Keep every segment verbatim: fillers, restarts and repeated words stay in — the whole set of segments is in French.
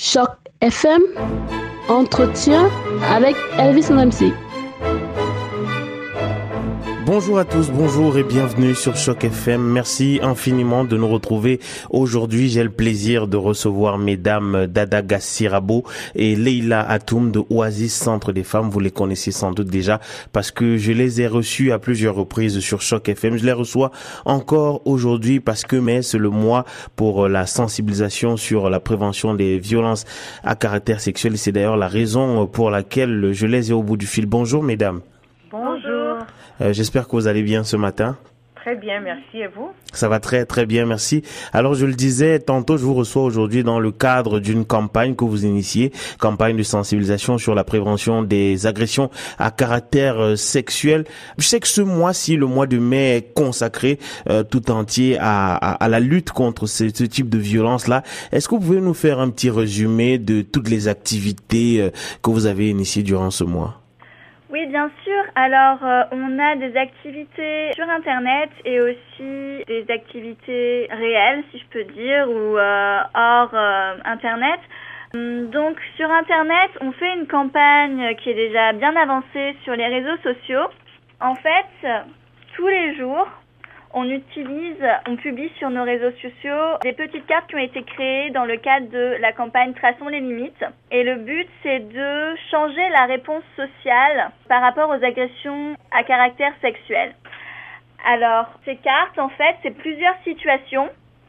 Choc F M, entretien avec Elvis Namsi. Bonjour à tous, bonjour et bienvenue sur Choc F M. Merci infiniment de nous retrouver aujourd'hui. J'ai le plaisir de recevoir mesdames Dada Gassirabo et Leila Atoum de Oasis Centre des Femmes. Vous les connaissez sans doute déjà parce que je les ai reçues à plusieurs reprises sur Choc F M. Je les reçois encore aujourd'hui parce que mai, c'est le mois pour la sensibilisation sur la prévention des violences à caractère sexuel. C'est d'ailleurs la raison pour laquelle je les ai au bout du fil. Bonjour mesdames. Bonjour. Euh, j'espère que vous allez bien ce matin. Très bien, merci. Et vous? Ça va très très bien, merci. Alors je le disais tantôt, je vous reçois aujourd'hui dans le cadre d'une campagne que vous initiez, campagne de sensibilisation sur la prévention des agressions à caractère euh, sexuel. Je sais que ce mois-ci, le mois de mai, est consacré euh, tout entier à, à, à la lutte contre ce, ce type de violence-là. Est-ce que vous pouvez nous faire un petit résumé de toutes les activités euh, que vous avez initiées durant ce mois? Oui, bien sûr. Alors, euh, on a des activités sur Internet et aussi des activités réelles, si je peux dire, ou euh, hors euh, Internet. Donc, sur Internet, on fait une campagne qui est déjà bien avancée sur les réseaux sociaux. En fait, tous les jours, on utilise, on publie sur nos réseaux sociaux des petites cartes qui ont été créées dans le cadre de la campagne Traçons les limites. Et le but, c'est de changer la réponse sociale par rapport aux agressions à caractère sexuel. Alors, ces cartes, en fait, c'est plusieurs situations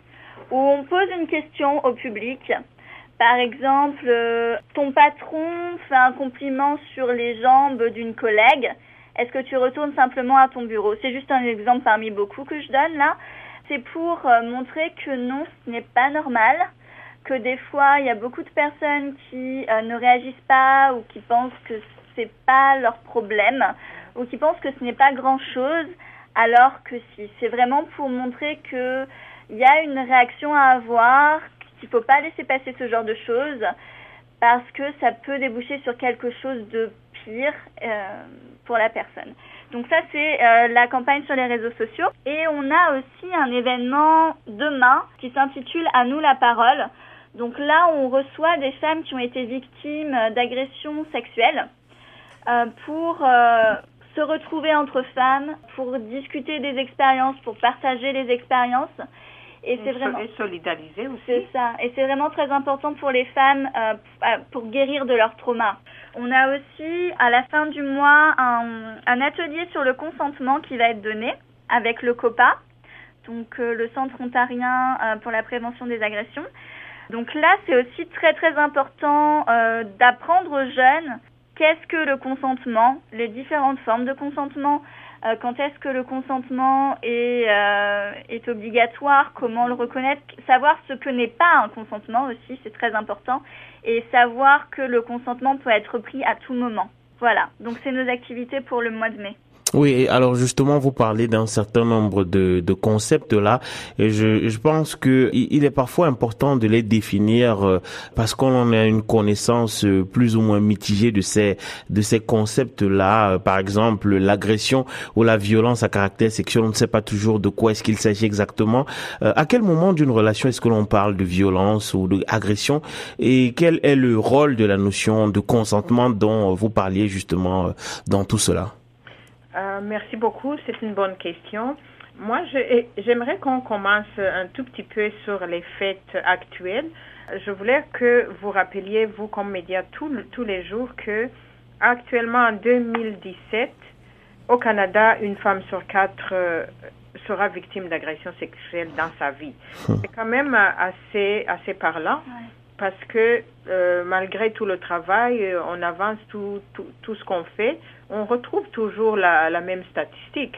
où on pose une question au public. Par exemple, euh, ton patron fait un compliment sur les jambes d'une collègue. Est-ce que tu retournes simplement à ton bureau? C'est juste un exemple parmi beaucoup que je donne là. C'est pour euh, montrer que non, ce n'est pas normal, que des fois, il y a beaucoup de personnes qui euh, ne réagissent pas ou qui pensent que c'est pas leur problème ou qui pensent que ce n'est pas grand-chose, alors que si. C'est vraiment pour montrer que il y a une réaction à avoir, qu'il faut pas laisser passer ce genre de choses parce que ça peut déboucher sur quelque chose de pire euh, pour la personne. Donc ça, c'est euh, la campagne sur les réseaux sociaux. Et on a aussi un événement demain qui s'intitule « À nous la parole ». Donc là, on reçoit des femmes qui ont été victimes d'agressions sexuelles euh, pour euh, se retrouver entre femmes, pour discuter des expériences, pour partager les expériences. Et c'est vraiment et solidariser aussi. C'est ça. Et c'est vraiment très important pour les femmes euh, pour guérir de leur trauma. On a aussi, à la fin du mois, un, un atelier sur le consentement qui va être donné avec le COPA, donc euh, le Centre ontarien euh, pour la prévention des agressions. Donc là, c'est aussi très très important euh, d'apprendre aux jeunes qu'est-ce que le consentement, les différentes formes de consentement, euh, quand est-ce que le consentement est, euh, est obligatoire, comment le reconnaître, savoir ce que n'est pas un consentement aussi, c'est très important, et savoir que le consentement peut être pris à tout moment. Voilà, donc c'est nos activités pour le mois de mai. Oui, alors justement, vous parlez d'un certain nombre de, de concepts là, et je, je pense que il est parfois important de les définir euh, parce qu'on en a une connaissance euh, plus ou moins mitigée de ces de ces concepts là. Euh, par exemple, l'agression ou la violence à caractère sexuel, on ne sait pas toujours de quoi est-ce qu'il s'agit exactement. Euh, à quel moment d'une relation est-ce que l'on parle de violence ou d'agression, et quel est le rôle de la notion de consentement dont vous parliez justement euh, dans tout cela? Euh, merci beaucoup, c'est une bonne question. Moi, je, j'aimerais qu'on commence un tout petit peu sur les faits actuels. Je voulais que vous rappeliez, vous comme médias, tous, tous les jours, que actuellement en deux mille dix-sept, au Canada, une femme sur quatre euh, sera victime d'agression sexuelle dans sa vie. C'est quand même assez, assez parlant. Ouais. Parce que euh, malgré tout le travail, on avance tout, tout, tout ce qu'on fait, on retrouve toujours la, la même statistique.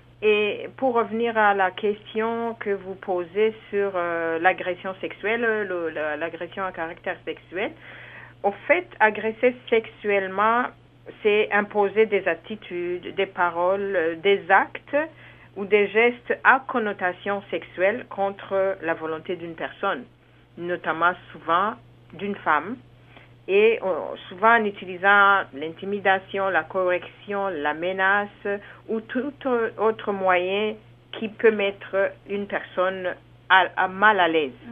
Et pour revenir à la question que vous posez sur euh, l'agression sexuelle, le, la, l'agression à caractère sexuel, au fait, agresser sexuellement, c'est imposer des attitudes, des paroles, des actes ou des gestes à connotation sexuelle contre la volonté d'une personne, notamment souvent d'une femme, et euh, souvent en utilisant l'intimidation, la correction, la menace ou tout autre moyen qui peut mettre une personne à, à mal à l'aise.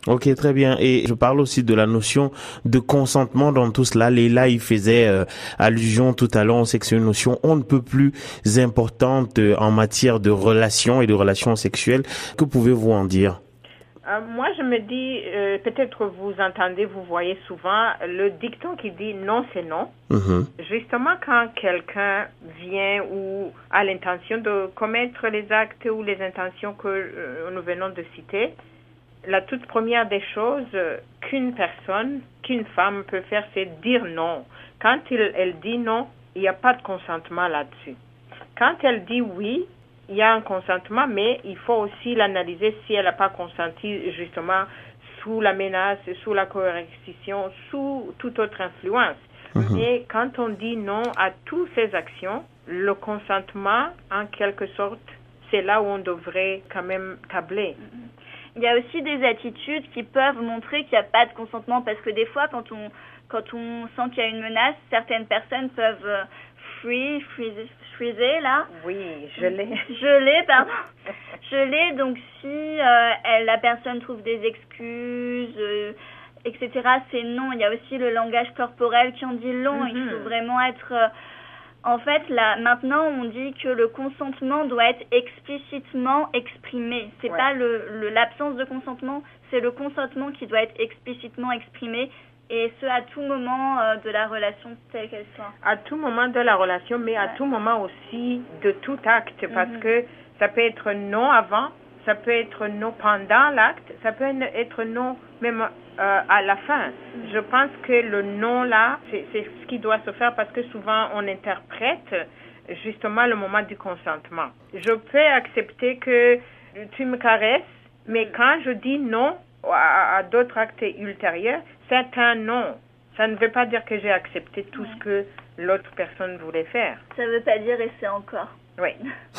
Ok, très bien. Et je parle aussi de la notion de consentement dans tout cela. Léla y faisait euh, allusion tout à l'heure. On sait que c'est une notion on ne peut plus importante euh, en matière de relations et de relations sexuelles. Que pouvez-vous en dire? Euh, moi, je me dis, euh, peut-être vous entendez, vous voyez souvent le dicton qui dit non, c'est non. Mm-hmm. Justement, quand quelqu'un vient ou a l'intention de commettre les actes ou les intentions que euh, nous venons de citer, la toute première des choses euh, qu'une personne, qu'une femme peut faire, c'est dire non. Quand il, elle dit non, il n'y a pas de consentement là-dessus. Quand elle dit oui, il y a un consentement, mais il faut aussi l'analyser si elle n'a pas consenti justement sous la menace, sous la coercition, sous toute autre influence. Mm-hmm. Et quand on dit non à toutes ces actions, le consentement, en quelque sorte, c'est là où on devrait quand même tabler. Il y a aussi des attitudes qui peuvent montrer qu'il n'y a pas de consentement, parce que des fois, quand on, quand on sent qu'il y a une menace, certaines personnes peuvent euh, free, freeze, freezer, là. Oui, geler. Geler, pardon. Geler, donc si euh, elle, la personne trouve des excuses, euh, et cetera, c'est non. Il y a aussi le langage corporel qui en dit long. Mm-hmm. Il faut vraiment être... Euh, en fait, là, maintenant, on dit que le consentement doit être explicitement exprimé. C'est ouais. pas le, le, l'absence de consentement, c'est le consentement qui doit être explicitement exprimé. Et ce, à tout moment euh, de la relation, telle qu'elle soit. À tout moment de la relation, mais ouais. à tout moment aussi de tout acte, parce mm-hmm. que ça peut être non avant, ça peut être non pendant l'acte, ça peut être non même euh, à la fin. Mm-hmm. Je pense que le non là, c'est, c'est ce qui doit se faire, parce que souvent on interprète justement le moment du consentement. Je peux accepter que tu me caresses, mais mm-hmm. quand je dis non à, à d'autres actes ultérieurs, c'est un non. Ça ne veut pas dire que j'ai accepté tout ouais. ce que l'autre personne voulait faire. Ça ne veut pas dire et c'est encore. Oui.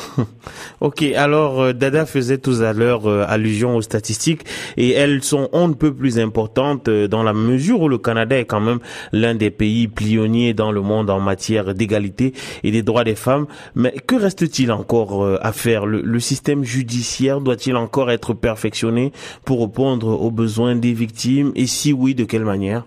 Ok, alors euh, Dada faisait tout à l'heure euh, allusion aux statistiques et elles sont on ne peut plus importantes euh, dans la mesure où le Canada est quand même l'un des pays pionniers dans le monde en matière d'égalité et des droits des femmes. Mais que reste-t-il encore euh, à faire? Le, le système judiciaire doit-il encore être perfectionné pour répondre aux besoins des victimes, et si oui, de quelle manière?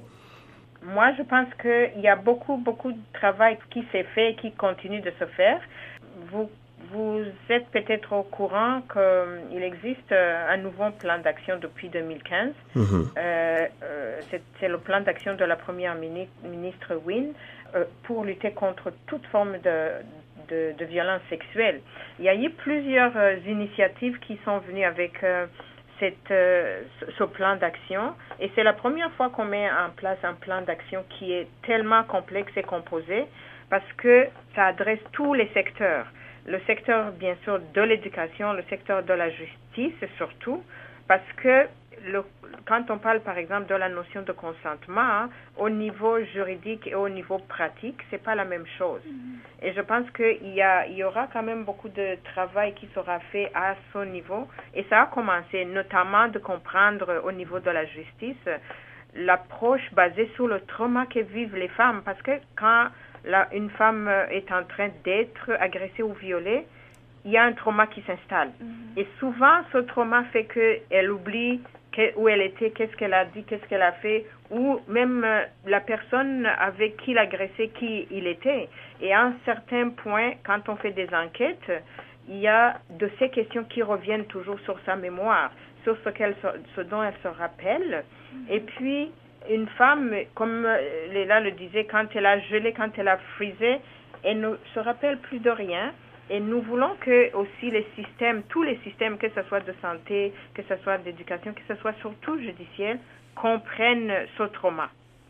Moi, je pense qu'il y a beaucoup, beaucoup de travail qui s'est fait et qui continue de se faire. Vous, vous êtes peut-être au courant qu'il existe un nouveau plan d'action depuis deux mille quinze. Mm-hmm. Euh, euh, c'est, c'est le plan d'action de la première mini- ministre Wynne euh, pour lutter contre toute forme de, de, de violence sexuelle. Il y a eu plusieurs euh, initiatives qui sont venues avec euh, cette, euh, ce plan d'action, et c'est la première fois qu'on met en place un plan d'action qui est tellement complexe et composé, parce que ça adresse tous les secteurs. Le secteur, bien sûr, de l'éducation, le secteur de la justice, surtout, parce que le, quand on parle, par exemple, de la notion de consentement, hein, au niveau juridique et au niveau pratique, c'est pas la même chose. Mm-hmm. Et je pense qu'il y a, il y aura quand même beaucoup de travail qui sera fait à ce niveau. Et ça a commencé, notamment de comprendre au niveau de la justice l'approche basée sur le trauma que vivent les femmes. Parce que quand Là, une femme est en train d'être agressée ou violée, il y a un trauma qui s'installe. Mm-hmm. Et souvent, ce trauma fait qu'elle oublie que, où elle était, qu'est-ce qu'elle a dit, qu'est-ce qu'elle a fait, ou même euh, la personne avec qui l'agressé, qui il était. Et à un certain point, quand on fait des enquêtes, il y a de ces questions qui reviennent toujours sur sa mémoire, sur ce, qu'elle, ce dont elle se rappelle. Mm-hmm. Et puis, une femme, comme Léla le disait, quand elle a gelé, quand elle a frisé, elle ne se rappelle plus de rien. Et nous voulons que aussi les systèmes, tous les systèmes, que ce soit de santé, que ce soit d'éducation, que ce soit surtout judiciaire, comprennent ce trauma.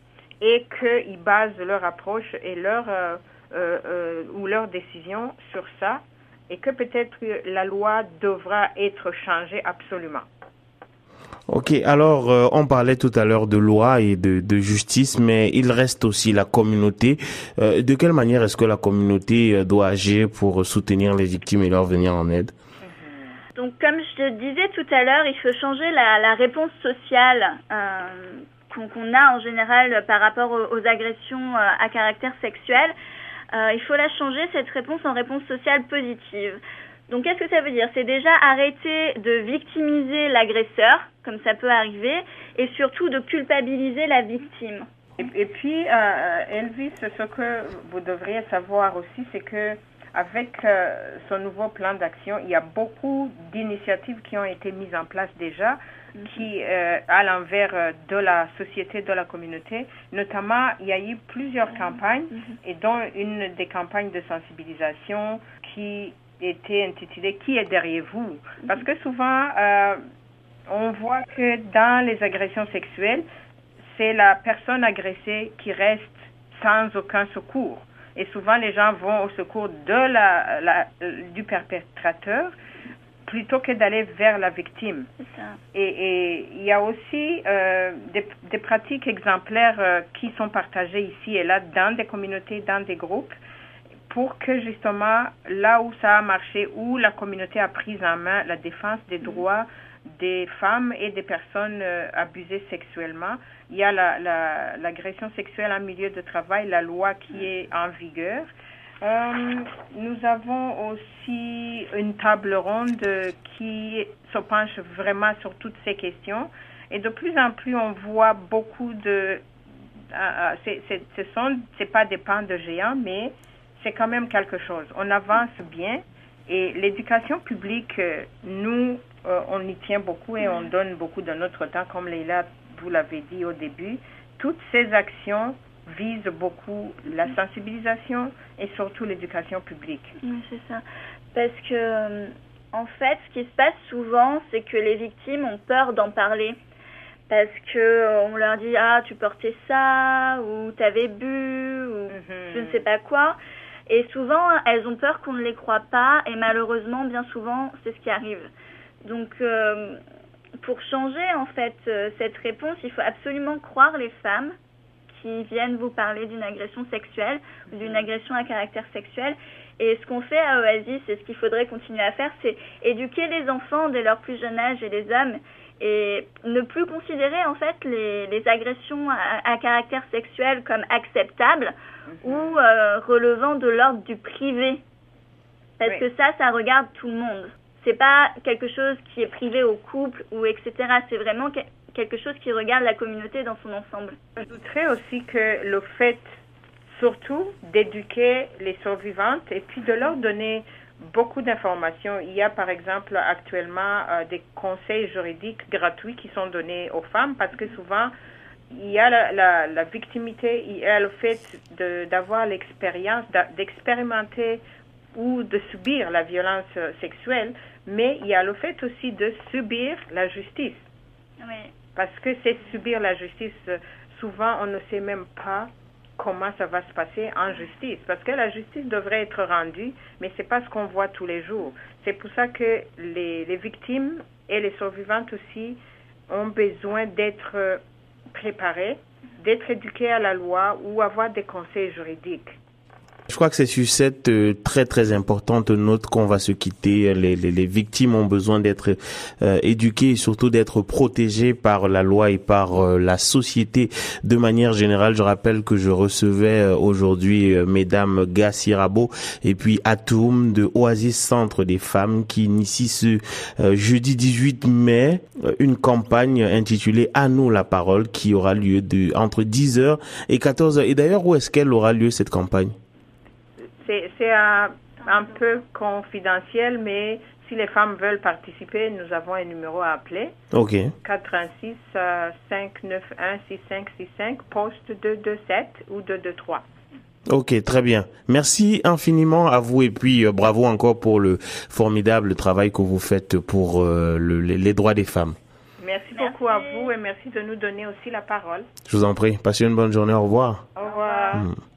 Et qu'ils basent leur approche et leur, euh, euh, ou leur décision sur ça. Et que peut-être la loi devra être changée absolument. Ok, alors euh, on parlait tout à l'heure de loi et de, de justice, mais il reste aussi la communauté. Euh, de quelle manière est-ce que la communauté doit agir pour soutenir les victimes et leur venir en aide? Donc, comme je te disais tout à l'heure, il faut changer la, la réponse sociale euh, qu'on, qu'on a en général par rapport aux, aux agressions euh, à caractère sexuel. Euh, il faut la changer, cette réponse, en réponse sociale positive. Donc, qu'est-ce que ça veut dire? C'est déjà arrêter de victimiser l'agresseur. comme ça peut arriver, et surtout de culpabiliser la victime. Et, et puis, euh, Elvis, ce que vous devriez savoir aussi, c'est que avec euh, ce nouveau plan d'action, il y a beaucoup d'initiatives qui ont été mises en place déjà, mm-hmm. qui, euh, à l'envers de la société, de la communauté, notamment, il y a eu plusieurs mm-hmm. campagnes, mm-hmm. et dont une des campagnes de sensibilisation qui était intitulée « Qui est derrière vous mm-hmm. ?» Parce que souvent, euh, on voit que dans les agressions sexuelles, c'est la personne agressée qui reste sans aucun secours. Et souvent, les gens vont au secours de la, la, du perpétrateur plutôt que d'aller vers la victime. C'est ça. Et, et il y a aussi euh, des, des pratiques exemplaires euh, qui sont partagées ici et là dans des communautés, dans des groupes, pour que justement, là où ça a marché, où la communauté a pris en main la défense des droits des femmes et des personnes euh, abusées sexuellement, il y a la, la, l'agression sexuelle en milieu de travail, la loi qui est en vigueur. Euh, nous avons aussi une table ronde qui se penche vraiment sur toutes ces questions. Et de plus en plus, on voit beaucoup de... Euh, c'est, c'est, ce sont, c'est pas des pans de géants, mais c'est quand même quelque chose. On avance bien. Et l'éducation publique, nous, euh, on y tient beaucoup et on donne beaucoup de notre temps, comme Leila, vous l'avez dit au début. Toutes ces actions visent beaucoup la sensibilisation et surtout l'éducation publique. Oui, c'est ça. Parce que, euh, en fait, ce qui se passe souvent, c'est que les victimes ont peur d'en parler. Parce que euh, on leur dit « Ah, tu portais ça » ou « T'avais bu » ou mm-hmm. je ne sais pas quoi. Et souvent, elles ont peur qu'on ne les croie pas, et malheureusement, bien souvent, c'est ce qui arrive. Donc, euh, pour changer, en fait, euh, cette réponse, il faut absolument croire les femmes qui viennent vous parler d'une agression sexuelle ou d'une agression à caractère sexuel. Et ce qu'on fait à Oasis, et ce qu'il faudrait continuer à faire, c'est éduquer les enfants dès leur plus jeune âge et les hommes, et ne plus considérer en fait les, les agressions à, à caractère sexuel comme acceptables mmh. ou euh, relevant de l'ordre du privé. Parce oui. que ça, ça regarde tout le monde. C'est pas quelque chose qui est privé au couple ou et cetera. C'est vraiment que, quelque chose qui regarde la communauté dans son ensemble. J'ajouterais aussi que le fait surtout d'éduquer les survivantes et puis de leur donner beaucoup d'informations. Il y a par exemple actuellement euh, des conseils juridiques gratuits qui sont donnés aux femmes parce que souvent il y a la, la, la victimité, il y a le fait de, d'avoir l'expérience, d'expérimenter ou de subir la violence sexuelle, mais il y a le fait aussi de subir la justice. Oui. Parce que c'est subir la justice, souvent on ne sait même pas comment ça va se passer en justice. Parce que la justice devrait être rendue, mais ce n'est pas ce qu'on voit tous les jours. C'est pour ça que les, les victimes et les survivantes aussi ont besoin d'être préparées, d'être éduquées à la loi ou avoir des conseils juridiques. Je crois que c'est sur cette euh, très très importante note qu'on va se quitter. Les, les, les victimes ont besoin d'être euh, éduquées et surtout d'être protégées par la loi et par euh, la société de manière générale. Je rappelle que je recevais euh, aujourd'hui euh, mesdames Gassi Rabo et puis Atoum de Oasis Centre des Femmes qui initie ce euh, jeudi dix-huit mai euh, une campagne intitulée « À nous la parole » qui aura lieu de entre dix heures et quatorze heures. Et d'ailleurs, où est-ce qu'elle aura lieu cette campagne? C'est, c'est un, un peu confidentiel, mais si les femmes veulent participer, nous avons un numéro à appeler. OK. quatre un six, cinq neuf un, six cinq six cinq, poste deux deux sept ou deux deux trois. Ok, très bien. Merci infiniment à vous et puis euh, bravo encore pour le formidable travail que vous faites pour euh, le, les, les droits des femmes. Merci, merci beaucoup à vous et merci de nous donner aussi la parole. Je vous en prie. Passez une bonne journée. Au revoir. Au revoir. Mmh.